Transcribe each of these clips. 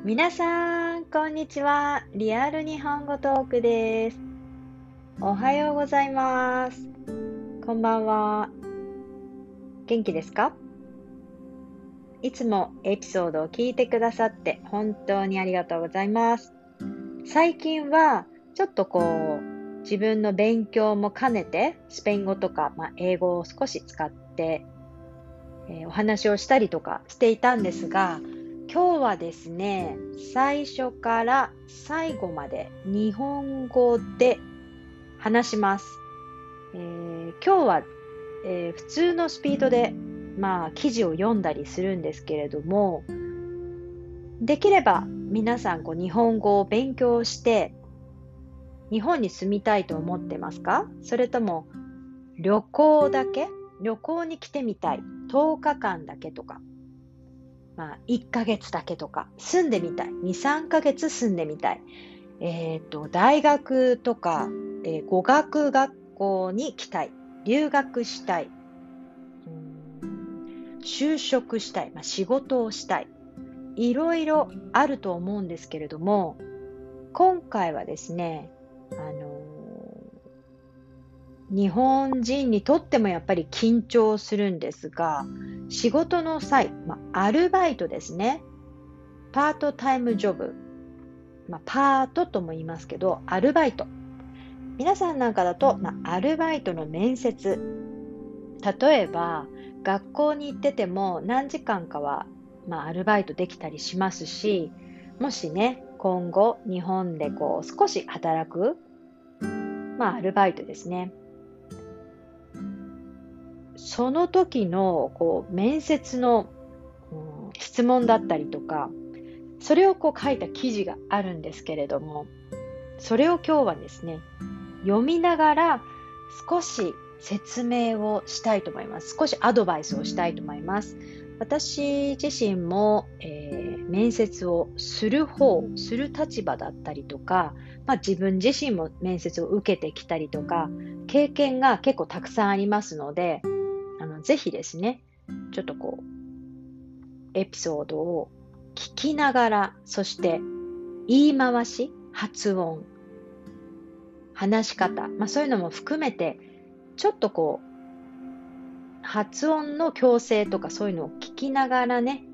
皆さん、こんにちは。リアル日本語トークです。おはようございます。こんばんは。元気ですか？いつもエピソードを聞いてくださって本当にありがとうございます。最近はちょっと自分の勉強も兼ねてスペイン語とか、英語を少し使って、お話をしたりとかしていたんですが、今日はですね、最初から最後まで日本語で話します。今日は、普通のスピードで、記事を読んだりするんですけれども、できれば皆さん日本語を勉強して日本に住みたいと思ってますか？それとも旅行に来てみたい。10日間だけとか、1ヶ月だけとか、住んでみたい。2、3ヶ月住んでみたい。大学とか、語学学校に来たい。留学したい。就職したい。仕事をしたい。いろいろあると思うんですけれども、今回はですね、日本人にとってもやっぱり緊張するんですが、仕事の際、アルバイトですね。パートタイムジョブ。パートとも言いますけど、アルバイト。皆さんなんかだと、アルバイトの面接。例えば、学校に行ってても何時間かは、アルバイトできたりしますし、もしね、今後日本で少し働く、アルバイトですね。その時の面接の、質問だったりとか、それを書いた記事があるんですけれども、それを今日はですね、読みながら少し説明をしたいと思います。少しアドバイスをしたいと思います。私自身も、面接をする立場だったりとか、自分自身も面接を受けてきたりとか、経験が結構たくさんありますので、ぜひですね、ちょっとエピソードを聞きながら、そして言い回し、発音、話し方、そういうのも含めて、ちょっと発音の矯正とかそういうのを聞きながらね、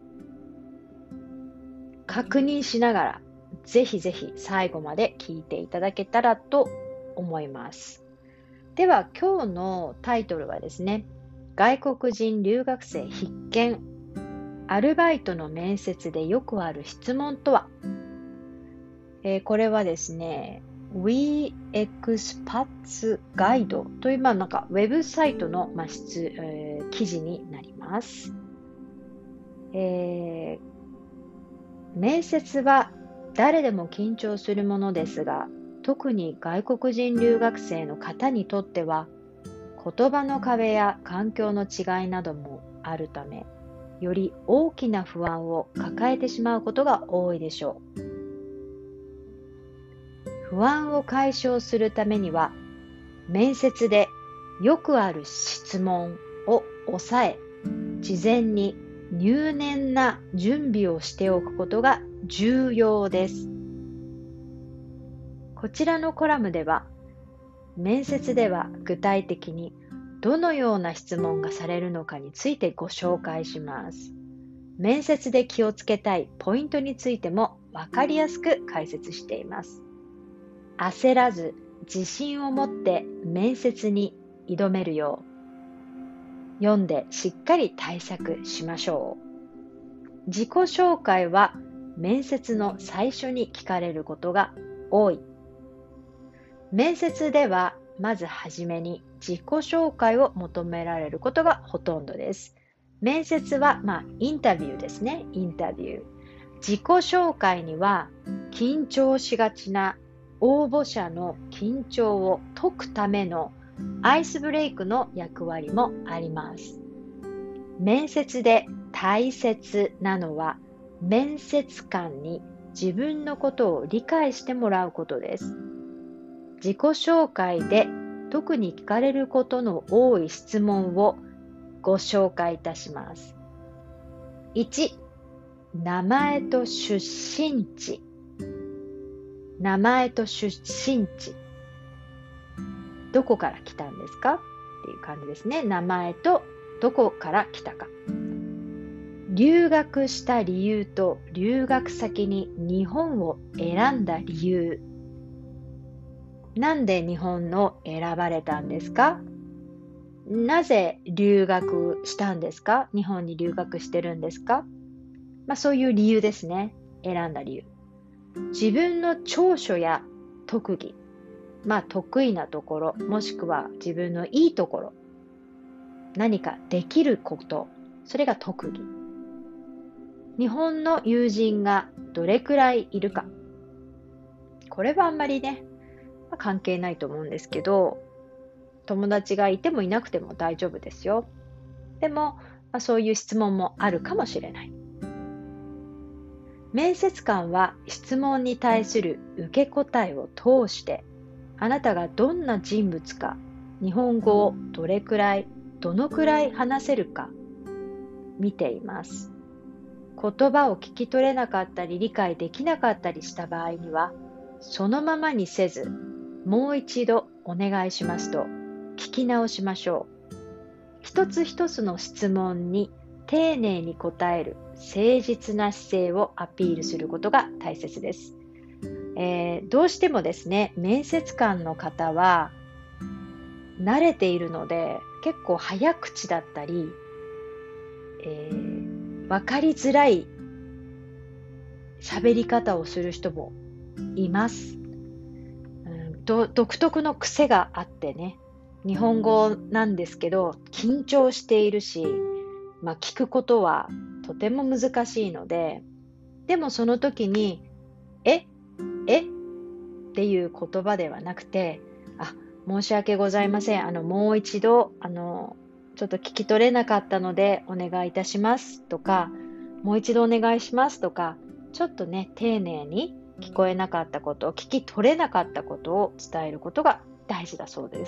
確認しながら、ぜひぜひ最後まで聞いていただけたらと思います。では今日のタイトルはですね、外国人留学生必見、アルバイトの面接でよくある質問とは、これはですね、WeExpats Guide という、ウェブサイトの、記事になります。面接は誰でも緊張するものですが、特に外国人留学生の方にとっては、言葉の壁や環境の違いなどもあるため、より大きな不安を抱えてしまうことが多いでしょう。不安を解消するためには、面接でよくある質問を抑え、事前に入念な準備をしておくことが重要です。こちらのコラムでは、面接では具体的にどのような質問がされるのかについてご紹介します。面接で気をつけたいポイントについてもわかりやすく解説しています。焦らず自信を持って面接に挑めるよう、読んでしっかり対策しましょう。自己紹介は面接の最初に聞かれることが多い。面接ではまずはじめに自己紹介を求められることがほとんどです。面接はインタビューですね。インタビュー。自己紹介には緊張しがちな応募者の緊張を解くためのアイスブレイクの役割もあります。面接で大切なのは、面接官に自分のことを理解してもらうことです。自己紹介で特に聞かれることの多い質問をご紹介いたします。1、 名前と出身地。名前と出身地。どこから来たんですかっていう感じですね。名前とどこから来たか。留学した理由と留学先に日本を選んだ理由。なんで日本を選ばれたんですか？なぜ留学したんですか？日本に留学してるんですか？そういう理由ですね。選んだ理由。自分の長所や特技。得意なところ、もしくは自分のいいところ。何かできること。それが特技。日本の友人がどれくらいいるか。これはあんまりね、関係ないと思うんですけど、友達がいてもいなくても大丈夫ですよ。でも、そういう質問もあるかもしれない。面接官は質問に対する受け答えを通して、あなたがどんな人物か、日本語をどのくらい話せるか見ています。言葉を聞き取れなかったり理解できなかったりした場合には、そのままにせず、もう一度お願いしますと聞き直しましょう。一つ一つの質問に丁寧に答える誠実な姿勢をアピールすることが大切です。どうしてもですね、面接官の方は慣れているので結構早口だったり、わかりづらい喋り方をする人もいます。独特の癖があってね、日本語なんですけど緊張しているし、聞くことはとても難しいので、でもその時にえっていう言葉ではなくて、申し訳ございません、もう一度ちょっと聞き取れなかったのでお願いいたしますとか、もう一度お願いしますとか、ちょっとね丁寧に聞こえなかったこと、聞き取れなかったことを伝えることが大事だそうです。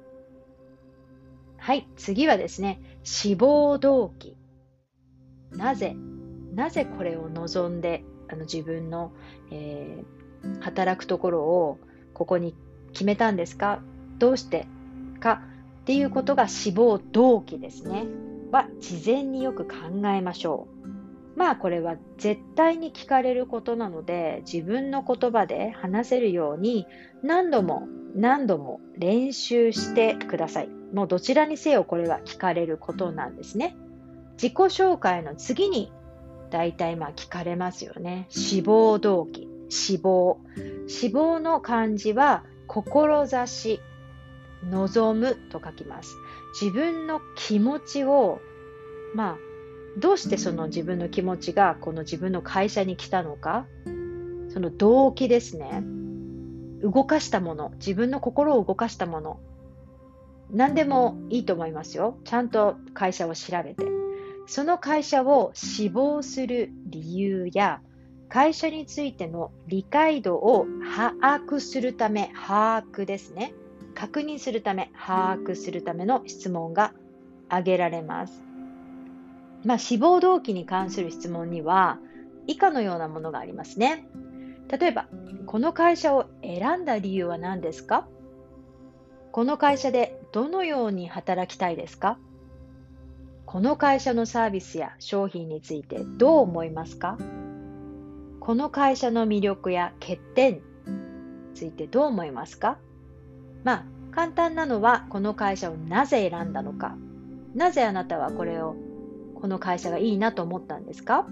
はい、次はですね、志望動機。なぜこれを望んで自分の、働くところをここに決めたんですか？どうしてかっていうことが志望動機ですね。事前によく考えましょう。これは絶対に聞かれることなので、自分の言葉で話せるように何度も練習してください。もうどちらにせよこれは聞かれることなんですね。自己紹介の次に大体聞かれますよね。志望動機。志望の漢字は志、望むと書きます。自分の気持ちをどうしてその自分の気持ちがこの自分の会社に来たのか、その動機ですね。動かしたもの、自分の心を動かしたもの、何でもいいと思いますよ。ちゃんと会社を調べて、その会社を志望する理由や会社についての理解度を把握するため、ですね。確認するため、把握するための質問が挙げられます。志望動機に関する質問には以下のようなものがありますね。例えば、この会社を選んだ理由は何ですか？この会社でどのように働きたいですか？この会社のサービスや商品についてどう思いますか？この会社の魅力や欠点についてどう思いますか？簡単なのは、この会社をなぜ選んだのか。なぜあなたはこの会社がいいなと思ったんですか？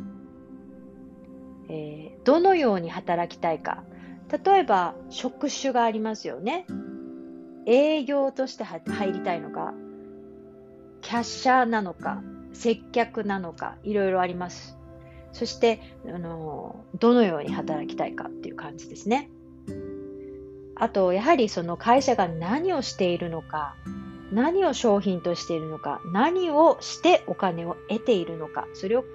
どのように働きたいか。例えば、職種がありますよね。営業として入りたいのか、キャッシャーなのか、接客なのか、いろいろあります。そして、どのように働きたいかっていう感じですね。あと、やはりその会社が何をしているのか、何を商品としているのか、何をしてお金を得ているのか、それを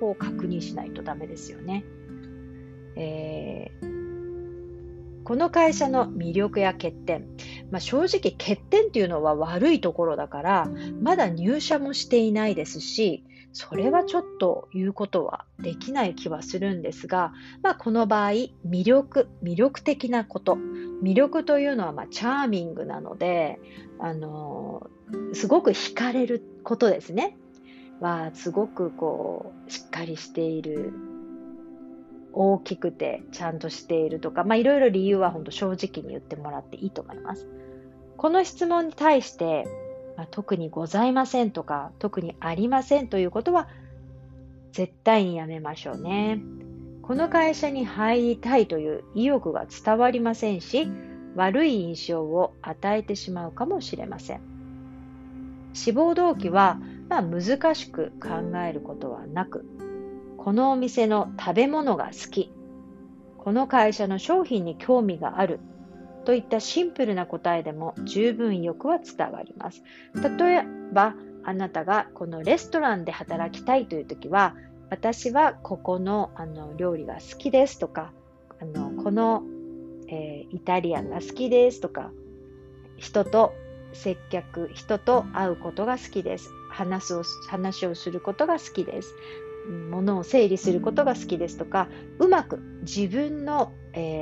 この会社の魅力や欠点、正直欠点っていうのは悪いところだから、まだ入社もしていないですし、それはちょっと言うことはできない気はするんですが、この場合、魅力的なこと、魅力というのはチャーミングなので、すごく惹かれることですね。すごくしっかりしている、大きくてちゃんとしているとか、いろいろ理由は本当正直に言ってもらっていいと思います。この質問に対して、特にございませんとか、特にありませんということは絶対にやめましょうね。この会社に入りたいという意欲が伝わりませんし、悪い印象を与えてしまうかもしれません。志望動機は、難しく考えることはなく、このお店の食べ物が好き、この会社の商品に興味があるといったシンプルな答えでも十分意欲は伝わります。例えば、あなたがこのレストランで働きたいというときは、私はここの、料理が好きですとか、この、イタリアンが好きですとか、人と接客、人と会うことが好きです。話をすることが好きです。物を整理することが好きですとか、うまく自分の、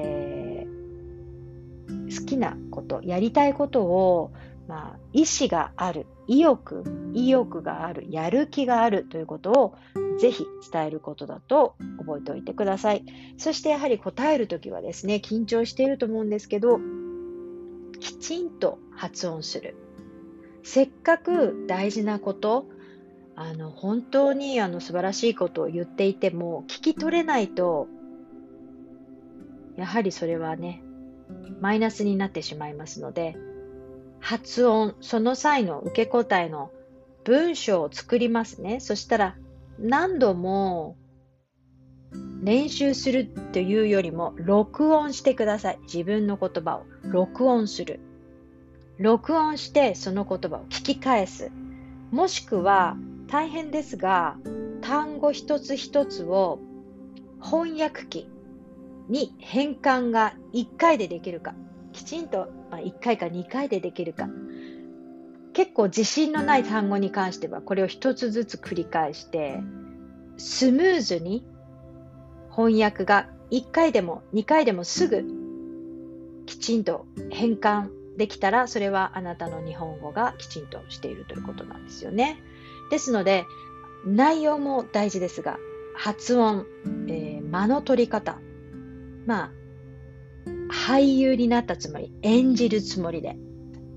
好きなこと、やりたいことを、意志がある、意欲がある、やる気があるということをぜひ伝えることだと覚えておいてください。そしてやはり答えるときはですね、緊張していると思うんですけど、きちんと発音する。せっかく大事なこと、本当に素晴らしいことを言っていても聞き取れないと、やはりそれはね、マイナスになってしまいますので、発音、その際の受け答えの文章を作りますね。そしたら何度も練習するというよりも録音してください。自分の言葉を録音する。録音してその言葉を聞き返す。もしくは大変ですが、単語一つ一つを翻訳機に変換が1回でできるか、きちんと1回か2回でできるか、結構自信のない単語に関してはこれを一つずつ繰り返してスムーズに翻訳が1回でも2回でもすぐきちんと変換できたら、それはあなたの日本語がきちんとしているということなんですよね。ですので、内容も大事ですが、発音、間の取り方、俳優になったつもり、演じるつもりで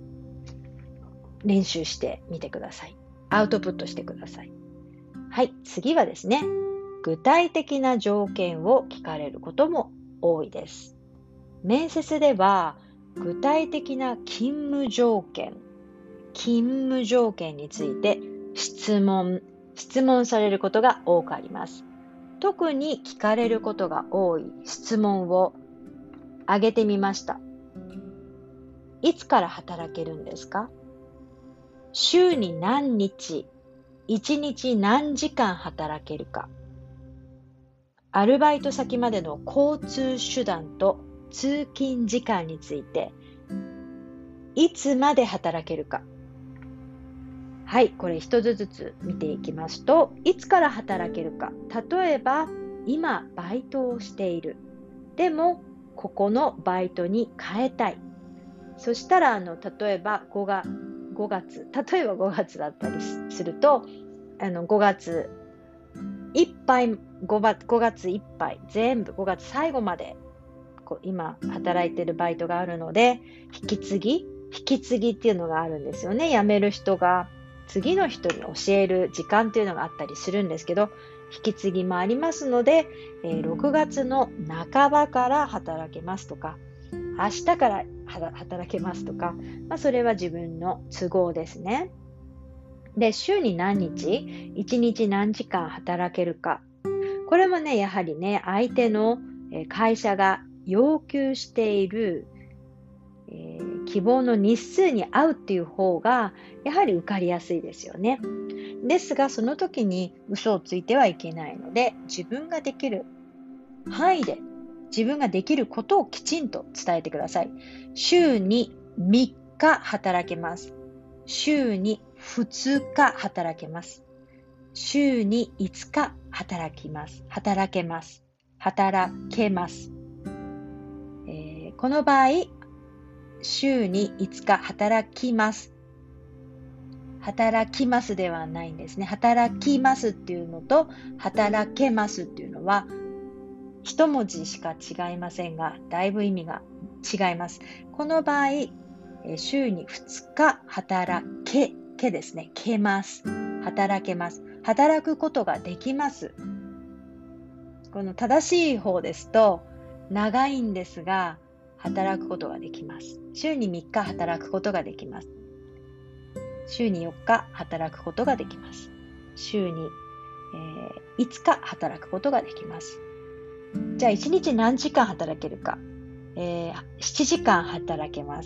練習してみてください。アウトプットしてください。はい、次はですね、具体的な条件を聞かれることも多いです。面接では具体的な勤務条件について質問されることが多くあります。特に聞かれることが多い質問を挙げてみました。いつから働けるんですか？週に何日、1日何時間働けるか？アルバイト先までの交通手段と通勤時間について、いつまで働けるか？はい、これ一つずつ見ていきますと、いつから働けるか。例えば、今バイトをしている。でも、ここのバイトに変えたい。そしたら、例えば5月だったりすると、5月いっぱい、5月いっぱい、全部5月最後まで、今働いてるバイトがあるので、引き継ぎっていうのがあるんですよね。辞める人が次の人に教える時間っていうのがあったりするんですけど、引き継ぎもありますので、6月の半ばから働けますとか、明日から働けますとか、それは自分の都合ですね。で、週に何日、1日何時間働けるか。これもね、やはりね、相手の会社が要求している、希望の日数に合うっていう方が、やはり受かりやすいですよね。ですが、その時に嘘をついてはいけないので、自分ができる範囲で自分ができることをきちんと伝えてください。週に3日働けます。週に2日働けます。週に5日働けます。この場合、週に5日働きます。働きますではないんですね。働きますっていうのと、働けますっていうのは、一文字しか違いませんが、だいぶ意味が違います。この場合、週に2日働けですね。けます。働けます。働くことができます。この正しい方ですと、長いんですが、働くことができます。週に3日働くことができます。週に4日働くことができます。週に、5日働くことができます。じゃあ1日何時間働けるか。7時間働けます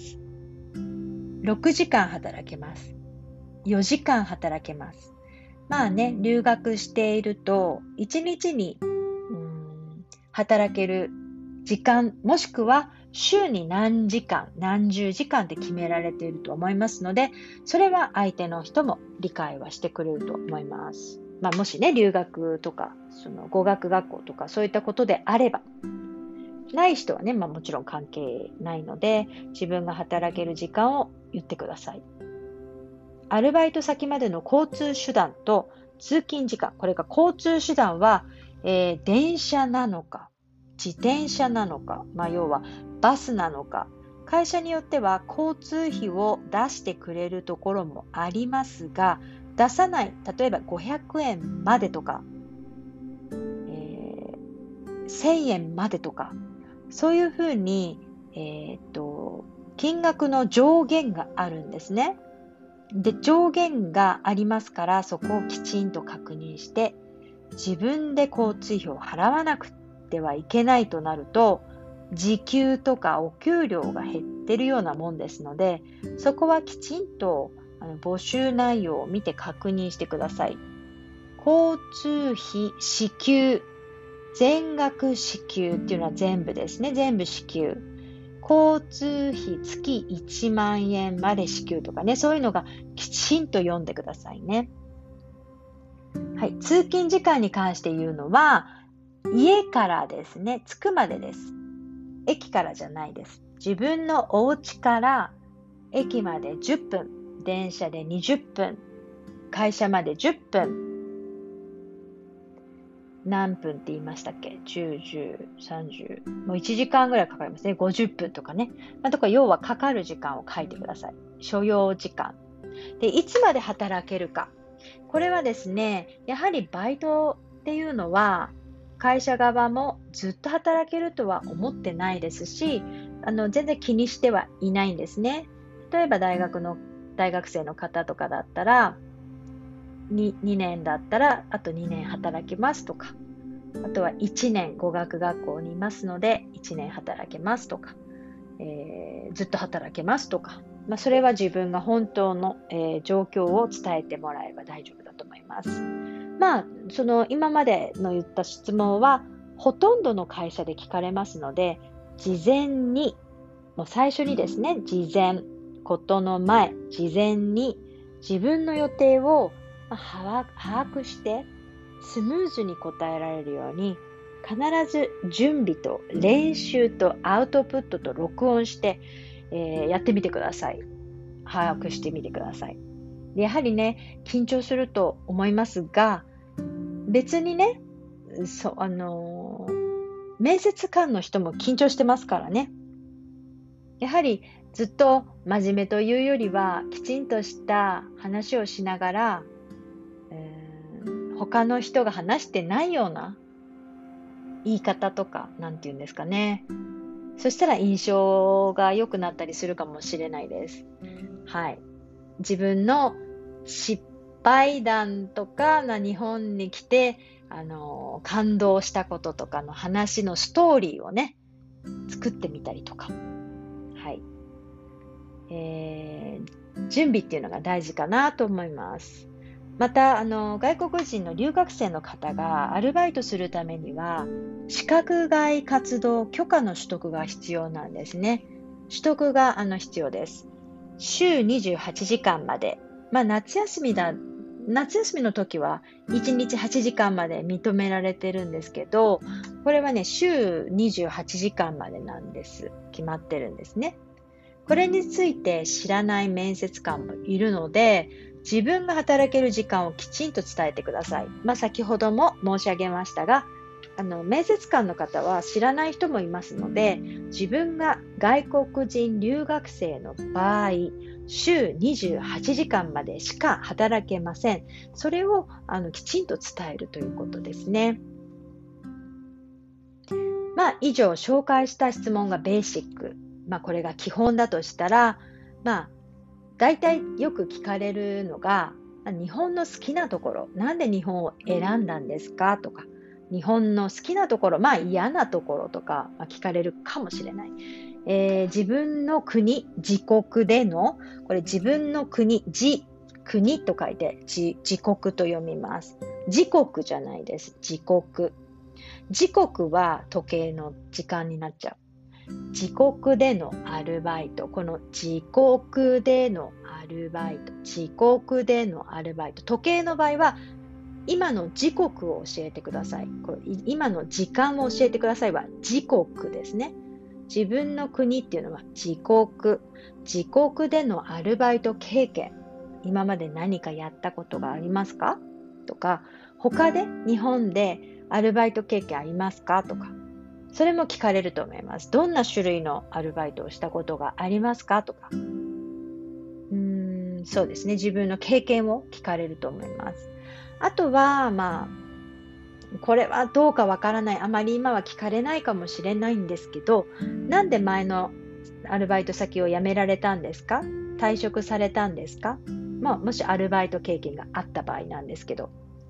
。6時間働けます。4時間働けます。まあね、留学していると、1日に働ける時間、もしくは週に何時間、何十時間って決められていると思いますので、それは相手の人も理解はしてくれると思います。もしね、留学とか、語学学校とかそういったことであれば、ない人はね、もちろん関係ないので、自分が働ける時間を言ってください。アルバイト先までの交通手段と通勤時間、これが交通手段は、電車なのか、自転車なのか、要はバスなのか、会社によっては交通費を出してくれるところもありますが、出さない、例えば500円までとか、1000円までとか、そういうふうに、金額の上限があるんですね。で、上限がありますから、そこをきちんと確認して、自分で交通費を払わなくてはいけないとなると、時給とかお給料が減ってるようなもんですので、そこはきちんと募集内容を見て確認してください。交通費支給、全額支給っていうのは全部ですね。全部支給。交通費月1万円まで支給とかね、そういうのがきちんと読んでくださいね。はい、通勤時間に関して言うのは、家からですね、着くまでです。駅からじゃないです。自分のお家から駅まで10分、電車で20分、会社まで10分、何分って言いましたっけ ?10、10、30、もう1時間ぐらいかかりますね。50分とかね。とか要はかかる時間を書いてください。所要時間。で、いつまで働けるか。これはですね、やはりバイトっていうのは、会社側もずっと働けるとは思ってないですし、全然気にしてはいないんですね。例えば大学生の方とかだったら、2年だったら、あと2年働きますとか、あとは1年語学学校にいますので、1年働けますとか、ずっと働けますとか、それは自分が本当の、状況を伝えてもらえば大丈夫だと思います。今までの言った質問は、ほとんどの会社で聞かれますので、事前に、もう最初にですね、ことの前、事前に自分の予定を把握してスムーズに答えられるように必ず準備と練習とアウトプットと録音して、やってみてください。把握してみてください。やはりね、緊張すると思いますが、別にね、面接官の人も緊張してますからね。やはりずっと真面目というよりはきちんとした話をしながら、他の人が話してないような言い方とか、なんていうんですかね。そしたら印象が良くなったりするかもしれないです。はい。自分の失敗談とか、日本に来て、感動したこととかの話のストーリーをね、作ってみたりとか。はい。準備っていうのが大事かなと思います。 また、外国人の留学生の方がアルバイトするためには、資格外活動許可の取得が必要なんですね。取得が必要です。週28時間まで。夏休みの時は1日8時間まで認められてるんですけど、これはね、週28時間までなんです。決まってるんですね。これについて知らない面接官もいるので、自分が働ける時間をきちんと伝えてください。先ほども申し上げましたが、面接官の方は知らない人もいますので、自分が外国人留学生の場合、週28時間までしか働けません。それをきちんと伝えるということですね。以上紹介した質問がベーシック。これが基本だとしたら、大体よく聞かれるのが、日本の好きなところ、なんで日本を選んだんですかとか、日本の好きなところ、嫌なところとか、聞かれるかもしれない。自分の国、自国での、これ自分の国、国と書いて自国と読みます。自国じゃないです。自国。自国は時計の時間になっちゃう。自国でのアルバイト。この自国でのアルバイト。自国でのアルバイト。時計の場合は、今の時刻を教えてください。これ今の時間を教えてくださいは時刻ですね。自分の国っていうのは自国。自国でのアルバイト経験。今まで何かやったことがありますかとか、他で日本でアルバイト経験ありますかとか、それも聞かれると思います。どんな種類のアルバイトをしたことがありますかとか、そうですね。自分の経験を聞かれると思います。あとは、これはどうかわからない。あまり今は聞かれないかもしれないんですけど、なんで前のアルバイト先を辞められたんですか？退職されたんですか？もしアルバイト経験があった場合なんですけど、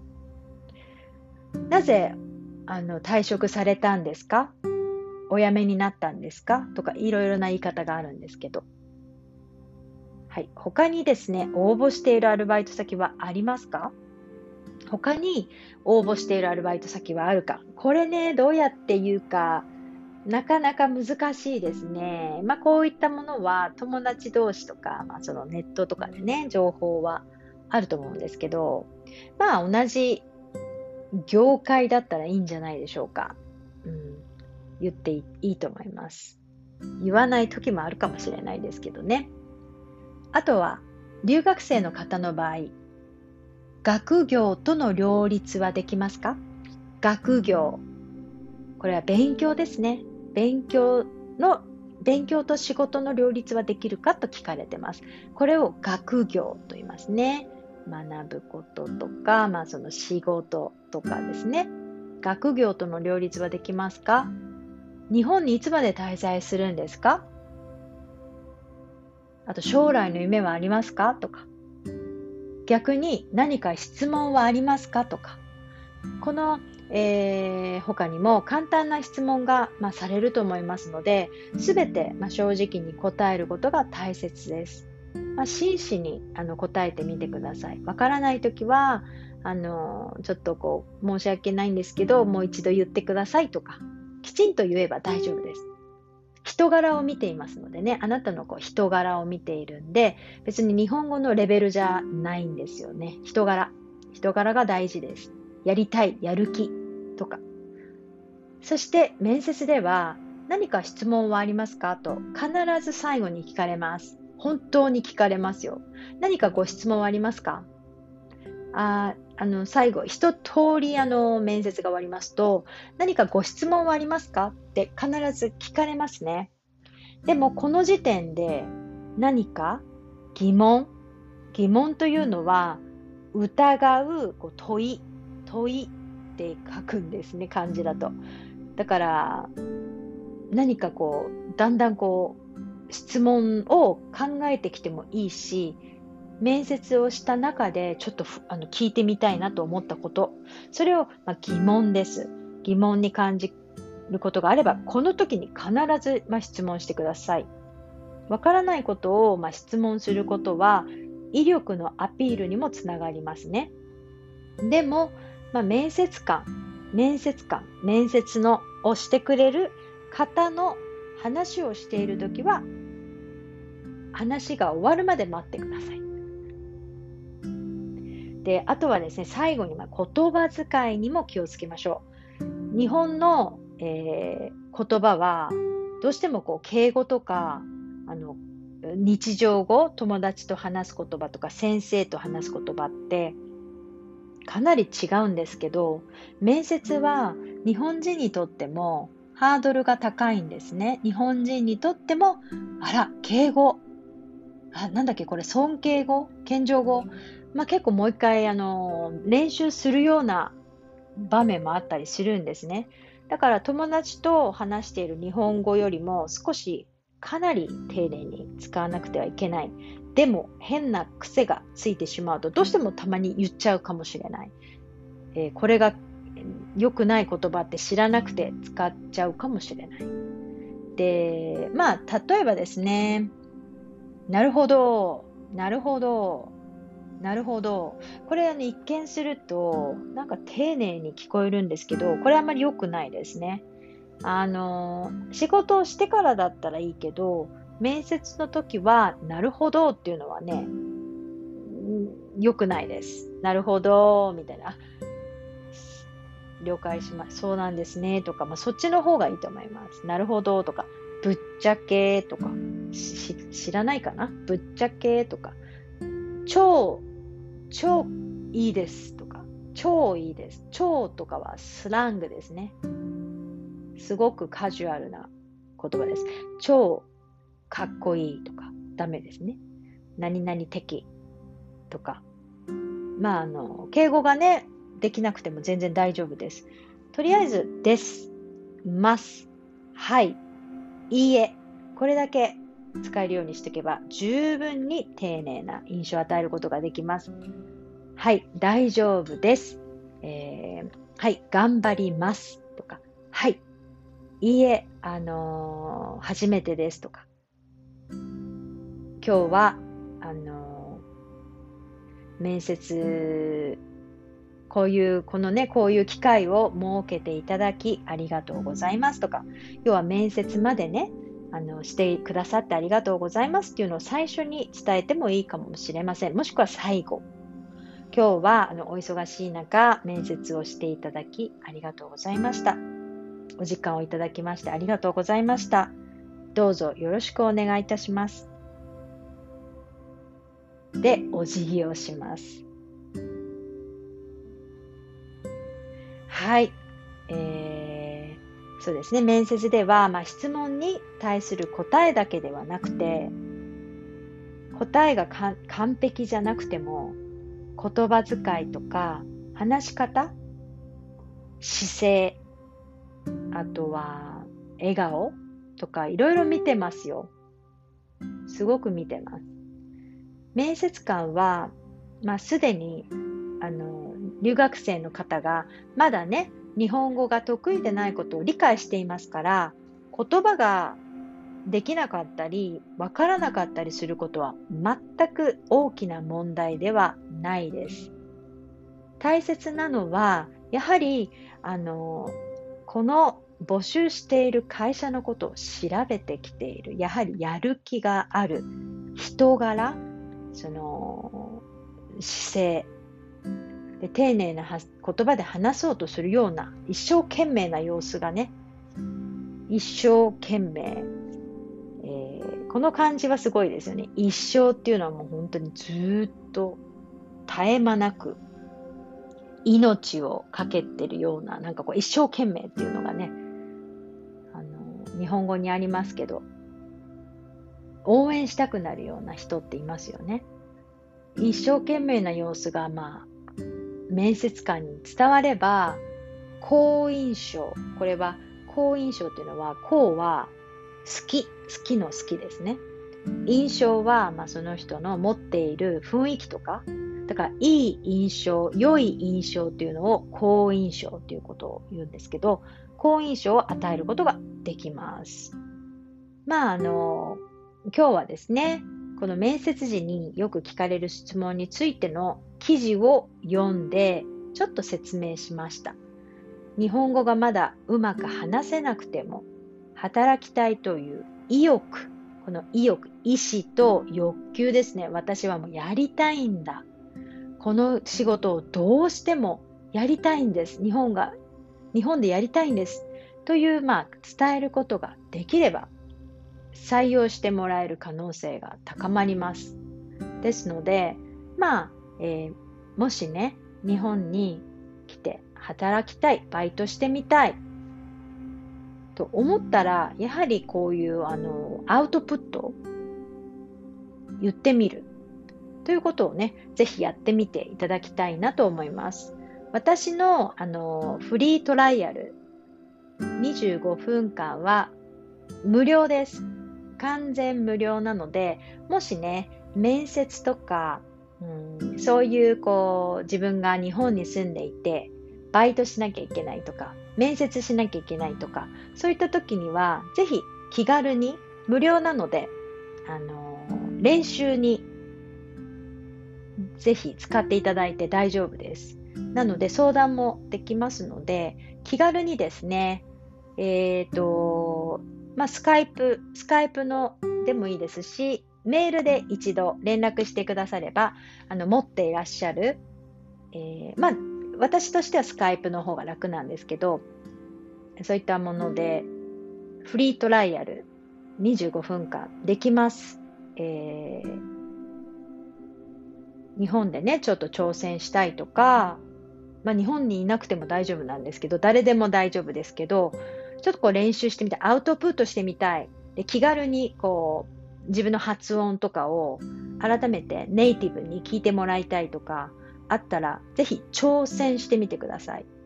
なぜ退職されたんですか？お辞めになったんですか？とかいろいろな言い方があるんですけど、はい。他にですね、応募しているアルバイト先はありますか？他に応募しているアルバイト先はあるか？これね、どうやって言うか、なかなか難しいですね。こういったものは友達同士とか、そのネットとかでね、情報はあると思うんですけど、同じ業界だったらいいんじゃないでしょうか。言っていいと思います。言わない時もあるかもしれないですけどね。あとは、留学生の方の場合、学業との両立はできますか？学業。これは勉強ですね。勉強と仕事の両立はできるかと聞かれてます。これを学業と言いますね。学ぶこととか、その仕事とかですね。学業との両立はできますか？日本にいつまで滞在するんですか？あと将来の夢はありますか？とか。逆に何か質問はありますか？とか。この、他にも簡単な質問が、されると思いますので、すべて、正直に答えることが大切です。真摯に答えてみてください。わからないときは、ちょっと申し訳ないんですけど、もう一度言ってくださいとか、きちんと言えば大丈夫です。人柄を見ていますのでね、あなたの人柄を見ているんで、別に日本語のレベルじゃないんですよね。人柄が大事です。やりたい、やる気とか。そして面接では何か質問はありますかと必ず最後に聞かれます。本当に聞かれますよ。何かご質問はありますか？最後、一通り面接が終わりますと、何かご質問はありますかって必ず聞かれますね。でも、この時点で何か疑問というのは、疑う問いって書くんですね、漢字だと。だから、何かだんだん質問を考えてきてもいいし、面接をした中でちょっと聞いてみたいなと思ったこと、それを、疑問です。疑問に感じることがあれば、この時に必ず、質問してください。わからないことを、質問することは、 威力のアピールにもつながりますね。でも、面接のをしてくれる方の話をしているときは、話が終わるまで待ってください。で、あとはですね、最後に言葉遣いにも気をつけましょう。日本の、言葉は、どうしても敬語とか、日常語、友達と話す言葉とか、先生と話す言葉って、かなり違うんですけど、面接は日本人にとってもハードルが高いんですね。日本人にとっても、敬語。なんだっけ、これ尊敬語、謙譲語。結構もう一回、練習するような場面もあったりするんですね。だから友達と話している日本語よりもかなり丁寧に使わなくてはいけない。でも変な癖がついてしまうとどうしてもたまに言っちゃうかもしれない。これが良くない言葉って知らなくて使っちゃうかもしれない。で、例えばですね、なるほど。これ一見すると、なんか丁寧に聞こえるんですけど、これあんまり良くないですね。仕事をしてからだったらいいけど、面接の時は、なるほどっていうのはね、良くないです。なるほど、みたいな。了解します。そうなんですね、とか、そっちの方がいいと思います。なるほど、とか、ぶっちゃけ、とか、知らないかな、ぶっちゃけ、とか、超いいですとか、超いいです。超とかはスラングですね。すごくカジュアルな言葉です。超かっこいいとか、ダメですね。何々的とか。敬語がね、できなくても全然大丈夫です。とりあえず、です、ます、はい、いいえ、これだけ使えるようにしておけば、十分に丁寧な印象を与えることができます。はい、大丈夫です。はい、頑張りますとか、はい、いいえ、初めてですとか、今日は、面接、こういう機会を設けていただきありがとうございますとか、要は面接までね、してくださってありがとうございますっていうのを最初に伝えてもいいかもしれません。もしくは最後。今日はお忙しい中、面接をしていただきありがとうございました。お時間をいただきましてありがとうございました。どうぞよろしくお願いいたします。で、お辞儀をします。はい。そうですね。面接では、質問に対する答えだけではなくて、答えが完璧じゃなくても、言葉遣いとか、話し方、姿勢、あとは笑顔とかいろいろ見てますよ。すごく見てます。面接官は、すでに留学生の方がまだね、日本語が得意でないことを理解していますから、言葉ができなかったり、わからなかったりすることは全く大きな問題ではないです。大切なのは、やはり、この募集している会社のことを調べてきている。やはりやる気がある。人柄、姿勢、で丁寧な言葉で話そうとするような一生懸命な様子がね、一生懸命、この漢字はすごいですよね。一生っていうのはもう本当にずっと絶え間なく命をかけてるような、一生懸命っていうのがね、日本語にありますけど、応援したくなるような人っていますよね。一生懸命な様子が面接官に伝われば、好印象。これは好印象っていうのは、好は好きの好きですね。印象は、その人の持っている雰囲気とか、だからいい印象、良い印象っていうのを好印象っていうことを言うんですけど、好印象を与えることができます。今日はですね、 この面接時によく聞かれる質問についての記事を読んで、ちょっと説明しました。日本語がまだうまく話せなくても、働きたいという意欲、この意欲、意志と欲求ですね。私はもうやりたいんだ。この仕事をどうしてもやりたいんです。日本でやりたいんです。という、伝えることができれば、採用してもらえる可能性が高まります。ですので、もしね、日本に来て働きたい、バイトしてみたいと思ったら、やはりこういうアウトプットを言ってみるということをね、ぜひやってみていただきたいなと思います。私のフリートライアル25分間は無料です。完全無料なので、もしね、面接とか、そういう自分が日本に住んでいて、バイトしなきゃいけないとか、面接しなきゃいけないとか、そういった時には、ぜひ気軽に、無料なので、練習にぜひ使っていただいて大丈夫です。なので相談もできますので、気軽にですね、スカイプのでもいいですし、メールで一度連絡してくだされば、持っていらっしゃる、私としてはスカイプの方が楽なんですけど、そういったもので、フリートライアル25分間できます。日本でね、ちょっと挑戦したいとか、日本にいなくても大丈夫なんですけど、誰でも大丈夫ですけど、ちょっと練習してみたい、アウトプットしてみたい。で、気軽に自分の発音とかを改めてネイティブに聞いてもらいたいとかあったら、ぜひ挑戦してみてください。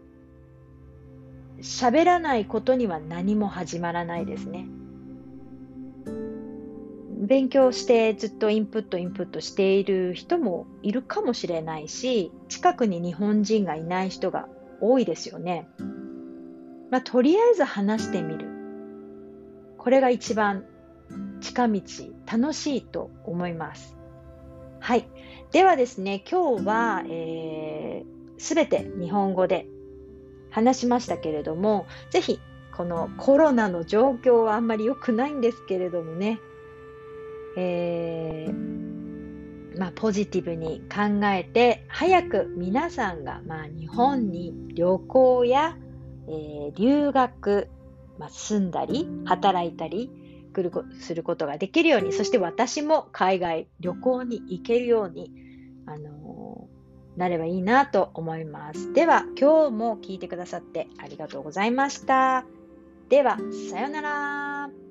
喋らないことには何も始まらないですね。勉強してずっとインプットしている人もいるかもしれないし、近くに日本人がいない人が多いですよね。とりあえず話してみる。これが一番近道、楽しいと思います。はい。ではですね、今日は、すべて日本語で話しましたけれども、ぜひこのコロナの状況はあんまり良くないんですけれどもね、ポジティブに考えて、早く皆さんが、日本に旅行や、留学、住んだり、働いたりすることができるように、そして私も海外旅行に行けるように、なればいいなと思います。では、今日も聞いてくださってありがとうございました。では、さようなら。